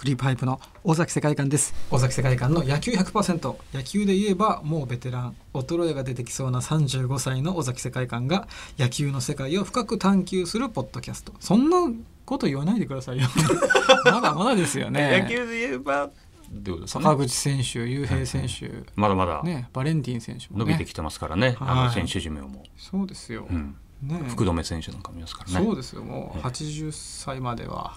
リープハイプの尾崎世界観です。尾崎世界観の野球 100%、 野球で言えばもうベテラン、衰えが出てきそうな35歳の尾崎世界観が野球の世界を深く探求するポッドキャスト。そんなこと言わないでくださいよまだまだですよね。 野球で言えばどうですかね、 坂口選手、雄平選手、 まだまだ、 ね、バレンティン選手も、ね、 伸びてきてますからね、選手寿命も。 そうですよ、ね、 福留選手なんかもいますからね。 そうですよ、もう80歳までは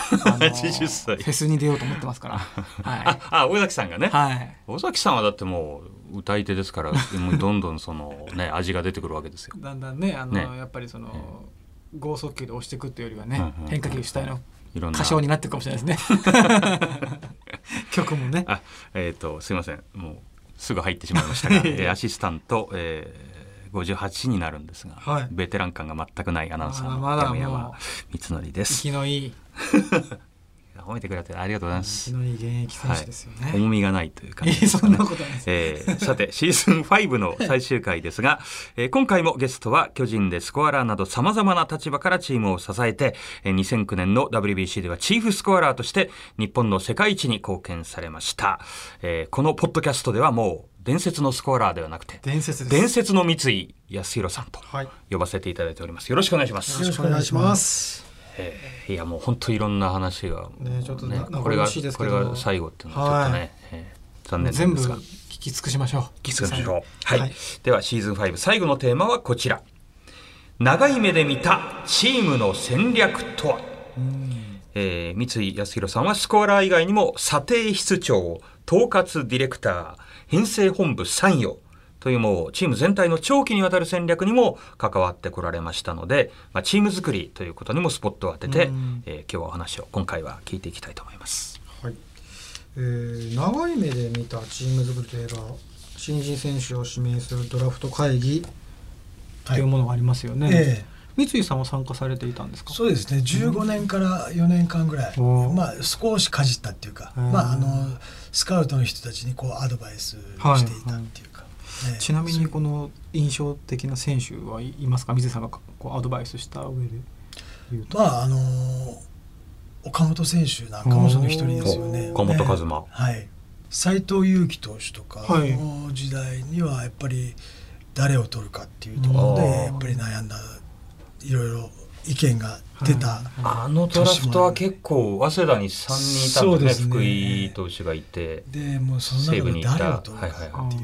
80歳フェスに出ようと思ってますから、 はい、尾崎さんがね、 はい、 尾崎さんはだってもう歌い手ですからもうどんどんその、ね、味が出てくるわけですよ。 だんだんね、やっぱりその、剛速球で押していくっていうよりはね、変化球主体の歌唱になってるかもしれないですね曲もね。 すいません、もうすぐ入ってしまいましたがアシスタント、58になるんですが、はい、ベテラン感が全くないアナウンサーの山山光則です。 息のいい褒めてくれてありがとうございます。 息のいい現役選手ですよね、 重みがないという感じですかね。 そんなことないです、 さてシーズン5の最終回ですが、今回もゲストは巨人でスコアラーなどさまざまな立場からチームを支えて、2009年の WBC ではチーフスコアラーとして日本の世界一に貢献されました。このポッドキャストではもう伝説のスコアラーではなくて伝説の三井康弘さんと呼ばせていただいております。よろしくお願いします。 よろしくお願いします。 いやもう本当いろんな話が、 ちょっとこれが最後っていうのはちょっとね、残念なんですが全部聞き尽くしましょう。 はい、ではシーズン5最後のテーマはこちら。長い目で見たチームの戦略とは。三井康弘さんはスコアラー以外にも査定室長、統括ディレクター、編成本部参与というもうチーム全体の長期にわたる戦略にも関わってこられましたので、チーム作りということにもスポットを当てて、今日はお話を今回は聞いていきたいと思います。 はい、長い目で見たチーム作りといえば新人選手を指名するドラフト会議というものがありますよね。三井さんは参加されていたんですか？ そうですね、15年から4年間ぐらい、少しかじったっていうか、スカウトの人たちにこうアドバイスしていたっていうか、 ちなみにこの印象的な選手はいますか？水井さんがこうアドバイスした上で言うと、 岡本選手なんかもその一人ですよね。 岡本和真、 斎藤佑樹投手とかの時代にはやっぱり誰を取るかっていうところでやっぱり悩んだ、いろいろ意見が出た、 あのドラフトは結構早稲田に3人いたんですね。福井投手がいて、 でもうその中で誰を取るかっていう、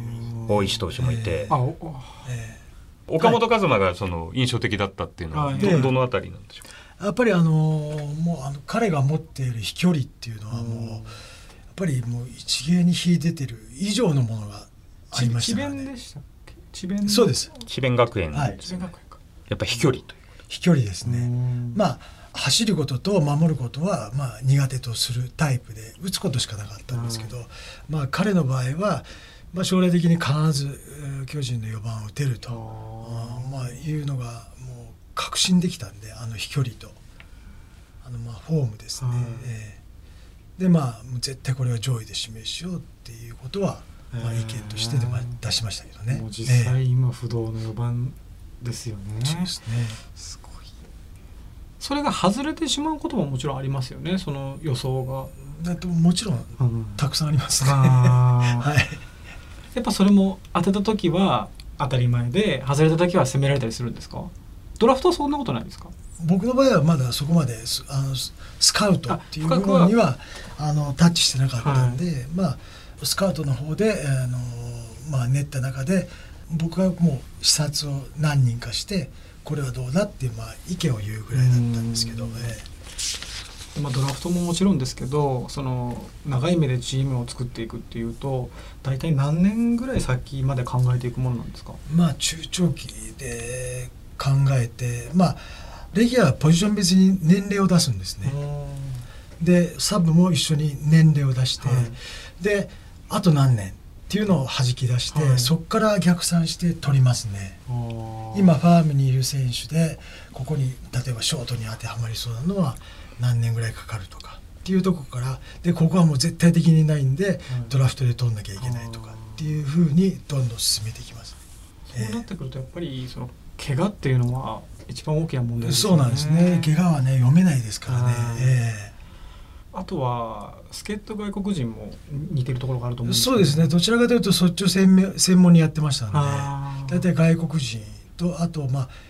大石投手もいて、岡本和真がその印象的だったっていうのはどのあたりなんでしょう？ やっぱりもう彼が持っている飛距離っていうのはもうやっぱりもう一芸に秀でてる以上のものがありましたからね。 智弁でしたっけ？ そうです。 智弁学園、やっぱ飛距離という。 飛距離ですね。走ることと守ることは苦手とするタイプで打つことしかなかったんですけど、彼の場合は、将来的に必ず巨人の4番を打てると、いうのがもう確信できたんで、飛距離とフォームですね。で絶対これは上位で指名しようっていうことは、意見として出しましたけどね。 もう実際今不動の4番ですよね。 そうですね。 すごい。それが外れてしまうことももちろんありますよね。その予想が。 もちろん、たくさんありますね。 やっぱそれも当てた時は当たり前で、外れた時は責められたりするんですか？ドラフトはそんなことないですか？ 僕の場合はまだそこまでスカウトっていう部分にはタッチしてなかったんで、スカウトの方で練った中で僕はもう視察を何人かしてこれはどうだっていう意見を言うぐらいだったんですけど、 ドラフトももちろんですけど、その長い目でチームを作っていくっていうと大体何年ぐらい先まで考えていくものなんですか？ 中長期で考えて、レギュラーはポジション別に年齢を出すんですね。でサブも一緒に年齢を出して、であと何年っていうのを弾き出して、そこから逆算して取りますね。今ファームにいる選手でここに例えばショートに当てはまりそうなのは何年ぐらいかかるとかっていうところからで、ここはもう絶対的にないんで、ドラフトで取んなきゃいけないとかっていうふうにどんどん進めていきます。 そうなってくるとやっぱりその怪我っていうのは一番大きな問題ですよね。そうなんですね。怪我はね読めないですからね。 あとは助っ人外国人も似てるところがあると思うんですけど。 そうですね、どちらかというとそっちを専門にやってましたので、大体外国人とあと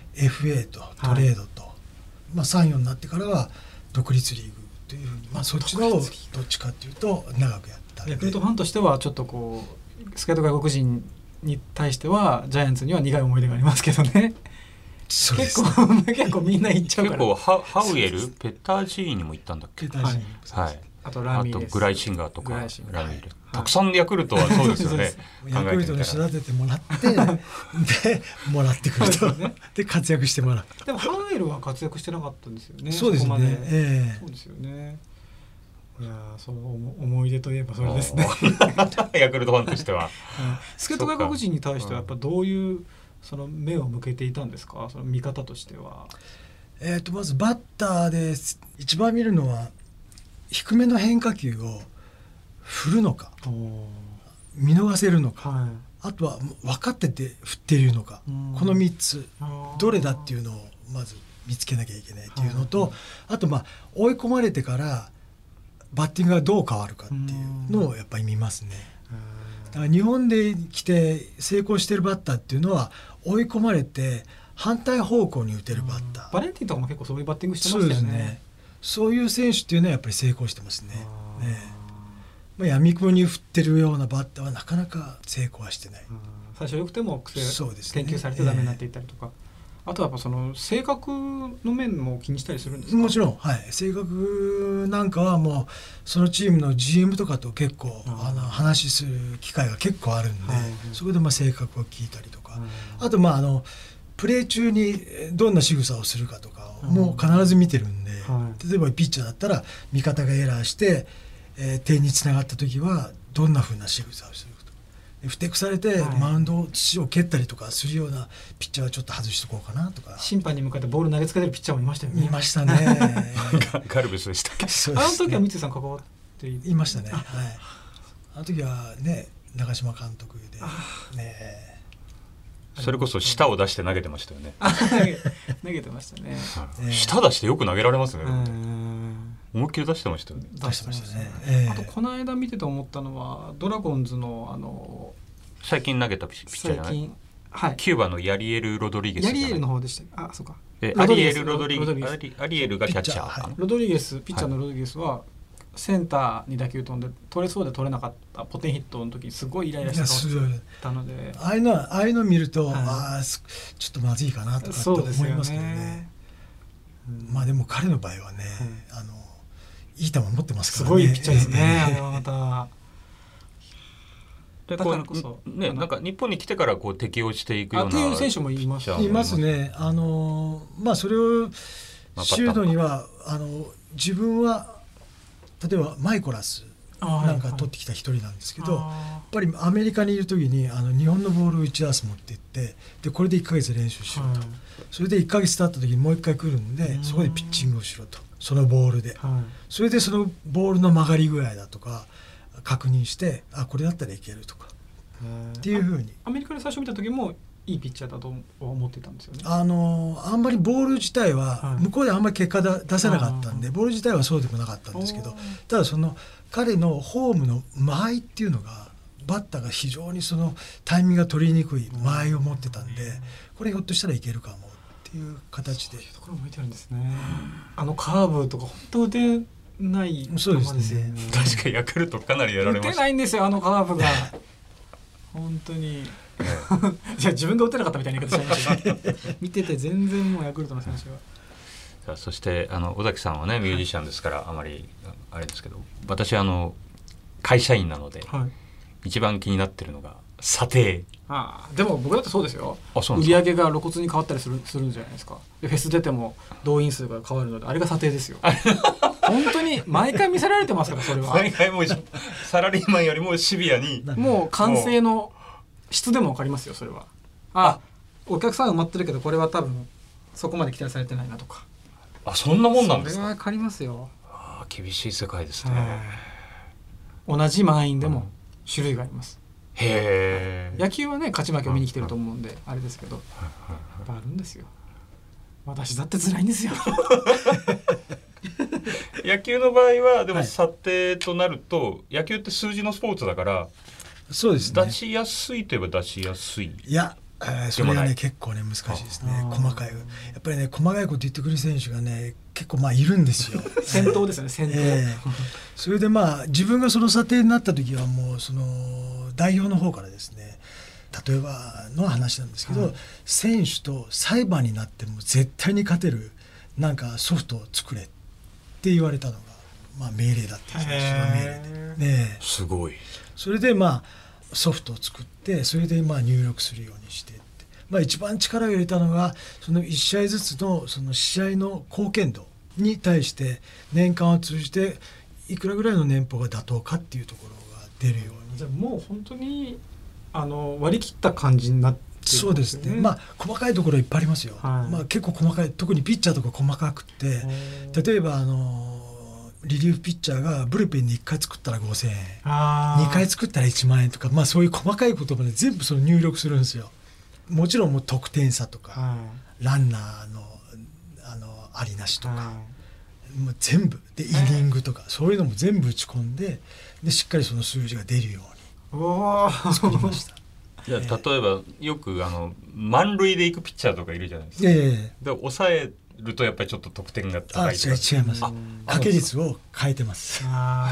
FA とトレードと、3、4になってからは独立リーグというふうに、そっちのをどっちかというと長くやったんで、 ヤクルトファンとしてはちょっとこう助っ人外国人に対してはジャイアンツには苦い思い出がありますけどね。 そうです結構みんな行っちゃうから。 結構ハウエルペタージーニも行ったんだっけ。はい。 あとラミレス、 あとグライシンガーとかラミレス、たくさんヤクルトはそうですよね。 ヤクルトに育ててもらってでもらってくるとで活躍してもらう。 でもハウエルは活躍してなかったんですよね。 そうですね。 そうですよね。いやその思い出といえばそれですね。 ヤクルトファンとしては。 助っ人外国人に対してはやっぱどういうその目を向けていたんですか、その見方としては。 まずバッターで一番見るのは低めの変化球を振るのか見逃せるのか、あとは分かってて振っているのか、この3つどれだっていうのをまず見つけなきゃいけないっていうのと、あと追い込まれてからバッティングがどう変わるかっていうのをやっぱり見ますね。だから日本で来て成功してるバッターっていうのは追い込まれて反対方向に打てるバッター、 バレンティンとかも結構そういうバッティングしてましたよね。 そうですね。そういう選手っていうのはやっぱり成功してますね。闇雲に振ってるようなバッターはなかなか成功はしてない。 最初よくても研究されてダメになっていったりとか、あとはやっぱその性格の面も気にしたりするんですか。 もちろん、性格なんかはもうそのチームの GM とかと結構話する機会が結構あるんで、そこで性格を聞いたりとか、あとプレー中にどんな仕草をするかとかも必ず見てるんで、例えばピッチャーだったら味方がエラーして、点につながった時はどんな風な仕草をするかとか、ふてくされてマウンド土を蹴ったりとかするようなピッチャーはちょっと外しとこうかなとか。 審判に向かってボール投げつけてるピッチャーもいましたよね。 いましたね。 ガルベスでしたっけ。 あの時は三井さん関わっていましたね。あの時はね、長嶋監督でね、 それこそ舌を出して投げてましたよね。 投げてましたね。 舌出してよく投げられますね。思いっきり出してましたよね。 出してましたね。 あとこの間見てて思ったのはドラゴンズの最近投げたピッチャーじゃない。キューバのヤリエル・ロドリゲス。 ヤリエルの方でした。そうか。 アリエル・ロドリゲス。アリエルがキャッチャー。 ロドリゲス、ピッチャーのロドリゲスはセンターに打球飛んで取れそうで取れなかったポテンヒットの時にすごいイライラしたので、 ああいうの見ると、ちょっとまずいかなとかと思いますけどね。でも彼の場合はね、いい球持ってますからね。 すごいピッチャーですね。あれはまた。 だからこそね、なんか日本に来てから適応していくような選手もいますいますね。それをシュートには自分は例えばマイコラスなんか取ってきた一人なんですけど、やっぱりアメリカにいる時に日本のボールを1ダース持っていって、でこれで1ヶ月練習しろと、それで1ヶ月経った時にもう1回来るんで、そこでピッチングをしろと、そのボールで、それでそのボールの曲がり具合だとか確認して、これだったらいけるとかっていうふうに。 アメリカで最初見た時もいいピッチャーだと思ってたんですよね。 あんまりボール自体は向こうであんまり結果出せなかったんで、ボール自体はそうでもなかったんですけど、ただその彼のホームの間合いっていうのが、バッターが非常にそのタイミングが取りにくい間合いを持ってたんで、これひょっとしたらいけるかもっていう形で。 そういうところ向いてるんですね。カーブとか本当打てない球ですよね。 そうですね。 確かにヤクルトかなりやられました。 打てないんですよ、カーブが。本当に。じゃあ自分が打てなかったみたいな言い方しちゃいましたけど見てて全然もうヤクルトの選手は。 さあそして尾崎さんはねミュージシャンですからあまりあれですけど、私会社員なので、一番気になってるのが査定。 でも僕だってそうですよ。売り上げが露骨に変わったりするんじゃないですか。フェス出ても動員数が変わるので、あれが査定ですよ。本当に毎回見せられてますから、それは毎回もうサラリーマンよりもシビアに、 もう完成の質でも分かりますよ、それは。お客さんは埋まってるけどこれは多分そこまで期待されてないなとか。 そんなもんなんですか。 それは分かりますよ。 厳しい世界ですね。 同じ満員でも種類があります。 へ野球はね、勝ち負けを見に来てると思うんであれですけど、やっぱあるんですよ。私だって辛いんですよ。 野球の場合はでもはい査定となると、野球って数字のスポーツだからそうですね。 出しやすいといえば出しやすい。 いや、それがでもないね結構ね難しいですね。 あ細かいやっぱりね細かいこと言ってくる選手がね結構まあいるんですよ。 先頭ですよね、先頭。 それでまあ自分がその査定になった時はもうその代表の方からですね、例えばの話なんですけど、 はい選手と裁判になっても絶対に勝てるなんかソフトを作れって言われたのが、まあ、命令だったんですね。その命令で、ね、 すごい。 それでまあソフトを作ってそれでまあ入力するようにしてって、まあ、一番力を入れたのがその1試合ずつのその試合の貢献度に対して年間を通じていくらぐらいの年俸が妥当かっていうところが出るように。 じゃあもう本当に割り切った感じになってるんそうですね、まあ細かいところいっぱいありますよ、 はいまあ、結構細かい、特にピッチャーとか細かくて、例えばリリーフピッチャーがブルペンに1回作ったら5000円2回作ったら1万円とか、まあ、そういう細かいことまで全部その入力するんですよ。もちろんもう得点差とか、ランナーのありなしとか、もう全部でイニングとか、そういうのも全部打ち込んで、しっかりその数字が出るように作りました。 いや例えばよく満塁で行くピッチャーとかいるじゃないですか。で抑えるとやっぱりちょっと得点が高いとか。 違います。掛け率を変えてます。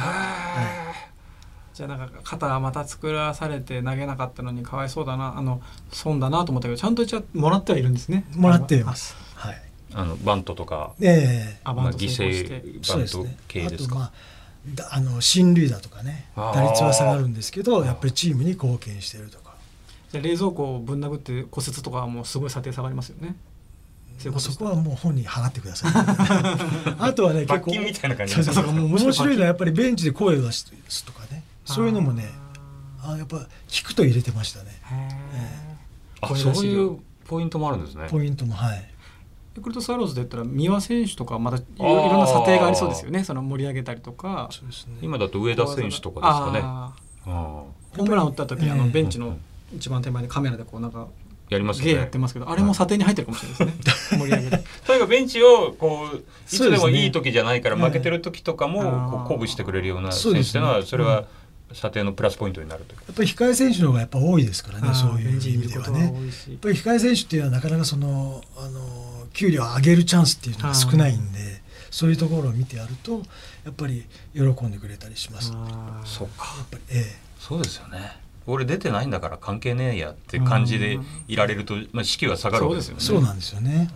じゃあなんか肩また作らされて投げなかったのにかわいそうだな、損だなと思ったけど、ちゃんともらってはいるんですね。 もらっています。はい。 バントとか、 バント犠牲バント系ですか。 あと進塁打とかね、打率は下がるんですけど、やっぱりチームに貢献してるとか。 じゃあ冷蔵庫をぶん殴って骨折とかはもうすごい査定下がりますよね。 そこはもう本人払ってください。あとはね、結構みたいな感じ面白いのはやっぱりベンチで声を出すとかね、そういうのもね、やっぱ聞くと入れてましたね。 そういうポイントもあるんですね。 ポイントも、はい。 ヤクルトスワローズで言ったら三輪選手とかまたいろんな査定がありそうですよね。その盛り上げたりとか。 そうですね。今だと上田選手とかですかね。 ホームラン打った時ベンチの一番手前でカメラでこうなんかやりますね。 ゲーやってますけど、あれも査定に入ってるかもしれないですね。盛り上げて。 とにかくベンチをこういつでもいい時じゃないから、負けてる時とかもこう鼓舞してくれるような選手っていうのは、それは査定のプラスポイントになるという。 やっぱり控え選手の方がやっぱ多いですからね、そういう意味ではね。やっぱり控え選手っていうのはなかなかその給料を上げるチャンスっていうのが少ないんで、そういうところを見てやるとやっぱり喜んでくれたりします。 そうか。 やっぱりそうですよね。俺出てないんだから関係ねえやって感じでいられると、士気は下がるわけですよね。 そうなんですよね。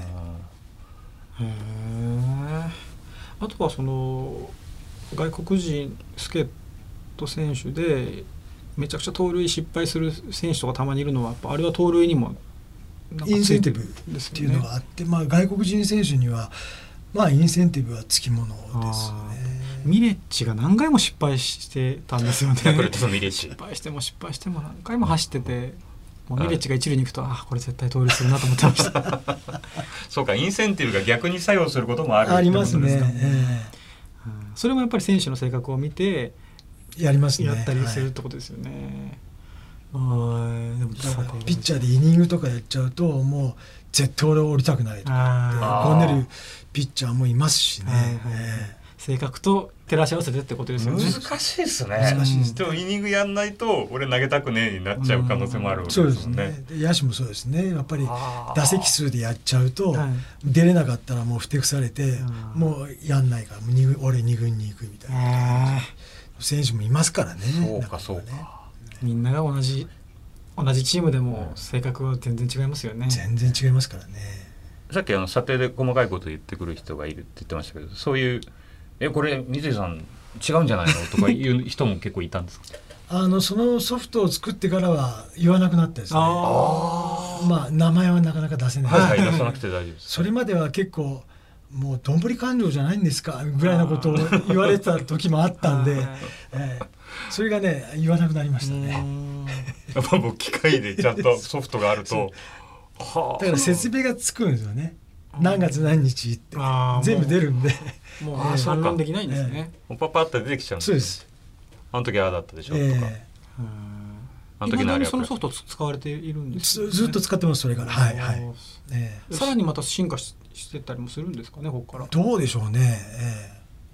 あとはその外国人助っ人選手でめちゃくちゃ盗塁失敗する選手とかたまにいるのは、やっぱあれは盗塁にもインセンティブっていうのがあって、外国人選手にはインセンティブはつきものですよね。 ミレッチが何回も失敗してたんですよね。 ヤクルトのミレッチ失敗しても何回も走ってて、もうミレッチが一塁に行くとこれ絶対盗塁するなと思ってました。 そうか、インセンティブが逆に作用することもある。 ありますね。 それもやっぱり選手の性格を見てやりますね。 やったりするってことですよね。でもピッチャーでイニングとかやっちゃうともう絶対俺降りたくないとかこうなるピッチャーもいますしね。 性格と照らし合わせてってことですよね。 難しいですね。でもイニングやんないと俺投げたくねえになっちゃう可能性もあるわけですよね。 野手もそうですね。やっぱり打席数でやっちゃうと出れなかったらもうふてくされてもうやんないから俺2軍に行くみたいな選手もいますからね。 そうか。 みんなが同じチームでも性格は全然違いますよね。 全然違いますからね。 さっき査定で細かいこと言ってくる人がいるって言ってましたけど、そういうこれ水井さん違うんじゃないのとかいう人も結構いたんですか？ そのソフトを作ってからは言わなくなったですね。名前はなかなか出せない。 出さなくて大丈夫です。 それまでは結構もうどんぶり勘定じゃないんですかぐらいのことを言われてた時もあったんで、それがね言わなくなりましたね。 やっぱもう機械でちゃんとソフトがあるとだから説明がつくんですよね。何月何日って全部出るんで、 もう反論できないんですね。 パッと出てきちゃうんです。 そうです。 あの時ああだったでしょとか。 あの時のあれそのソフト使われているんです。 ずっと使ってますそれから。さらにまた進化してったりもするんですかね、ここから。 どうでしょうね。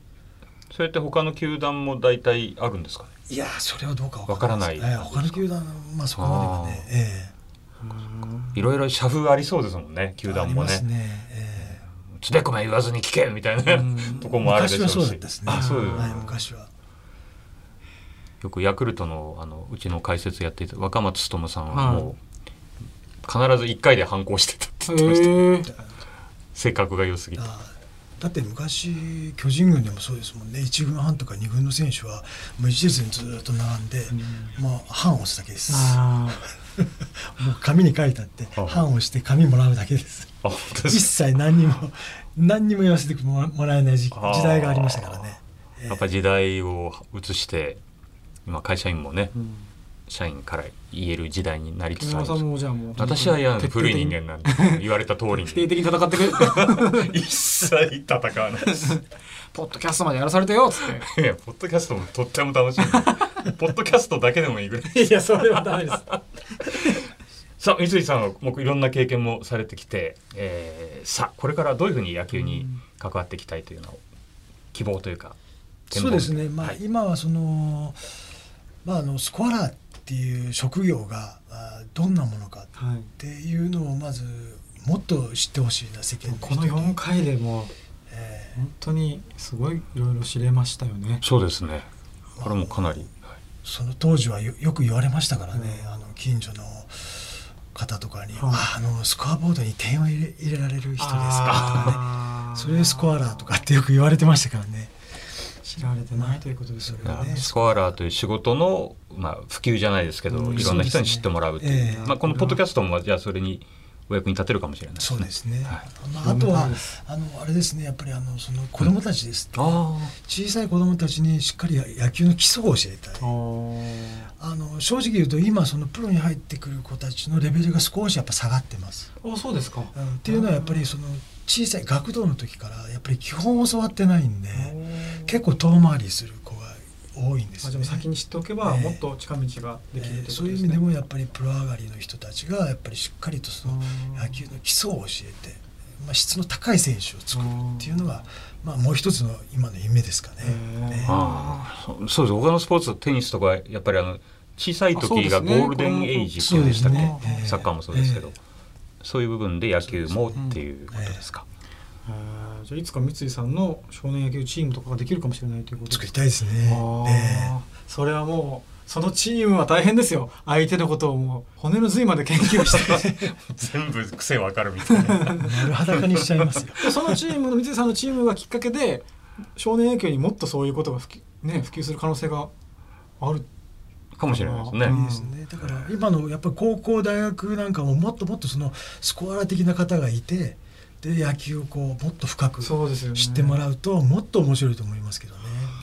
それって他の球団も大体あるんですかね。 いやそれはどうかわからない。 他の球団まあそこまではね、 いろいろ社風ありそうですもんね、球団もね。 ありますね。 つべこべ言わずに聞けみたいなとこもあるでしょうし。 昔はそうだったですね。 そうです。 昔は。 よくヤクルトのうちの解説やっていた若松勉さんはもう必ず1回で反抗してたって言ってました。性格が良すぎて。 だって昔巨人軍でもそうですもんね。1軍半とか2軍の選手はもう一列にずっと並んで、もう半押すだけです。もう紙に書いてあって半押して紙もらうだけです。一切何にも言わせてもらえない時代がありましたからね。 やっぱり時代を移して今会社員もね、社員から言える時代になりつつあります。私は古い人間なんで言われた通りに徹底的に戦ってくれ一切戦わないですポッドキャストまでやらされてよっつっていやポッドキャストもとっても楽しいポッドキャストだけでもいいぐらいいやそれはダメですさあ三井さんはもういろんな経験もされてきて、さあこれからどういうふうに野球に関わっていきたいというのを希望というかそうですね、今はその、スコアラーっていう職業がどんなものかっていうのをまずもっと知ってほしいな、世間の人に。 この4回でも本当にすごいいろいろ知れましたよね。 そうですね、これもかなり、 その当時はよく言われましたからね、近所の方とかに、スコアボードに点を入れられる人ですかとかね、それスコアラーとかってよく言われてましたからね。 知られてないということですよね。 スコアラーという仕事の、普及じゃないですけど、いろんな人に知ってもらうという、このポッドキャストもじゃあそれにお役に立てるかもしれないですね。 そうですね、あとはあれですね、やっぱりその子どもたちですね、小さい子どもたちにしっかり野球の基礎を教えたい。正直言うと今そのプロに入ってくる子たちのレベルが少しやっぱ下がってます。 そうですか。 っていうのはやっぱりその小さい学童の時からやっぱり基本を教わってないんで、結構遠回りする子が多いんですね。 でも先に知っておけばもっと近道ができるということですね。 そういう意味でもやっぱりプロ上がりの人たちがやっぱりしっかりとその野球の基礎を教えて、質の高い選手を作るっていうのがもう一つの今の夢ですかね。 そうです。他のスポーツ、テニスとかやっぱり小さい時がゴールデンエイジっていうんでしたっけ、サッカーもそうですけど、そういう部分で野球もっていうことですか。 じゃあいつか三井さんの少年野球チームとかができるかもしれないということですか。 作りたいですね。 それはもうそのチームは大変ですよ。相手のことをもう骨の髄まで研究して全部癖わかるみたいな丸裸にしちゃいますよそのチームの三井さんのチームがきっかけで少年野球にもっとそういうことが普及する可能性があるかもしれないですね。 いいですね。だから今のやっぱり高校大学なんかももっともっとそのスコアラー的な方がいて、で野球をもっと深く知ってもらうともっと面白いと思いますけどね。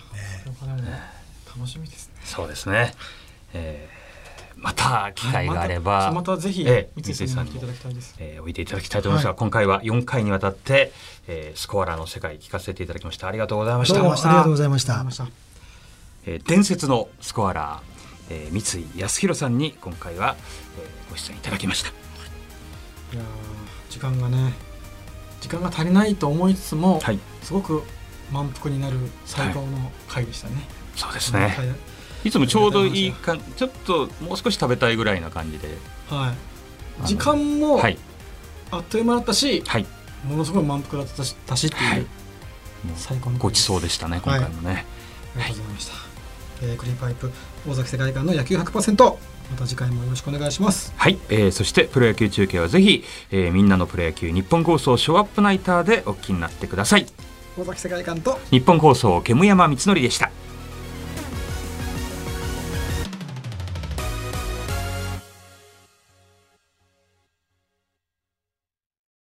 楽しみですね。 そうですね。また機会があれば、 またぜひ三井さんに来ていただきたいです。 おいでいただきたいと思いますが、今回は4回にわたってスコアラーの世界聞かせていただきました。ありがとうございました。 どうもありがとうございました。 伝説のスコアラー、三井康弘さんに今回は、ご出演いただきました。いや時間が足りないと思いつつも、すごく満腹になる最高の回でしたね。 そうですね。いつもちょうどいいちょっともう少し食べたいぐらいな感じで、 時間もあっという間だったし、ものすごい満腹だったしっていう、最高のごちそうでしたね、今回もね。 ありがとうございました。クリーンパイプ大崎世界観の野球 100%、 また次回もよろしくお願いします。 はい、そしてプロ野球中継はぜひ、みんなのプロ野球日本放送ショーアップナイターでお聞きになってください。 大崎世界観と日本放送煙山光則でした。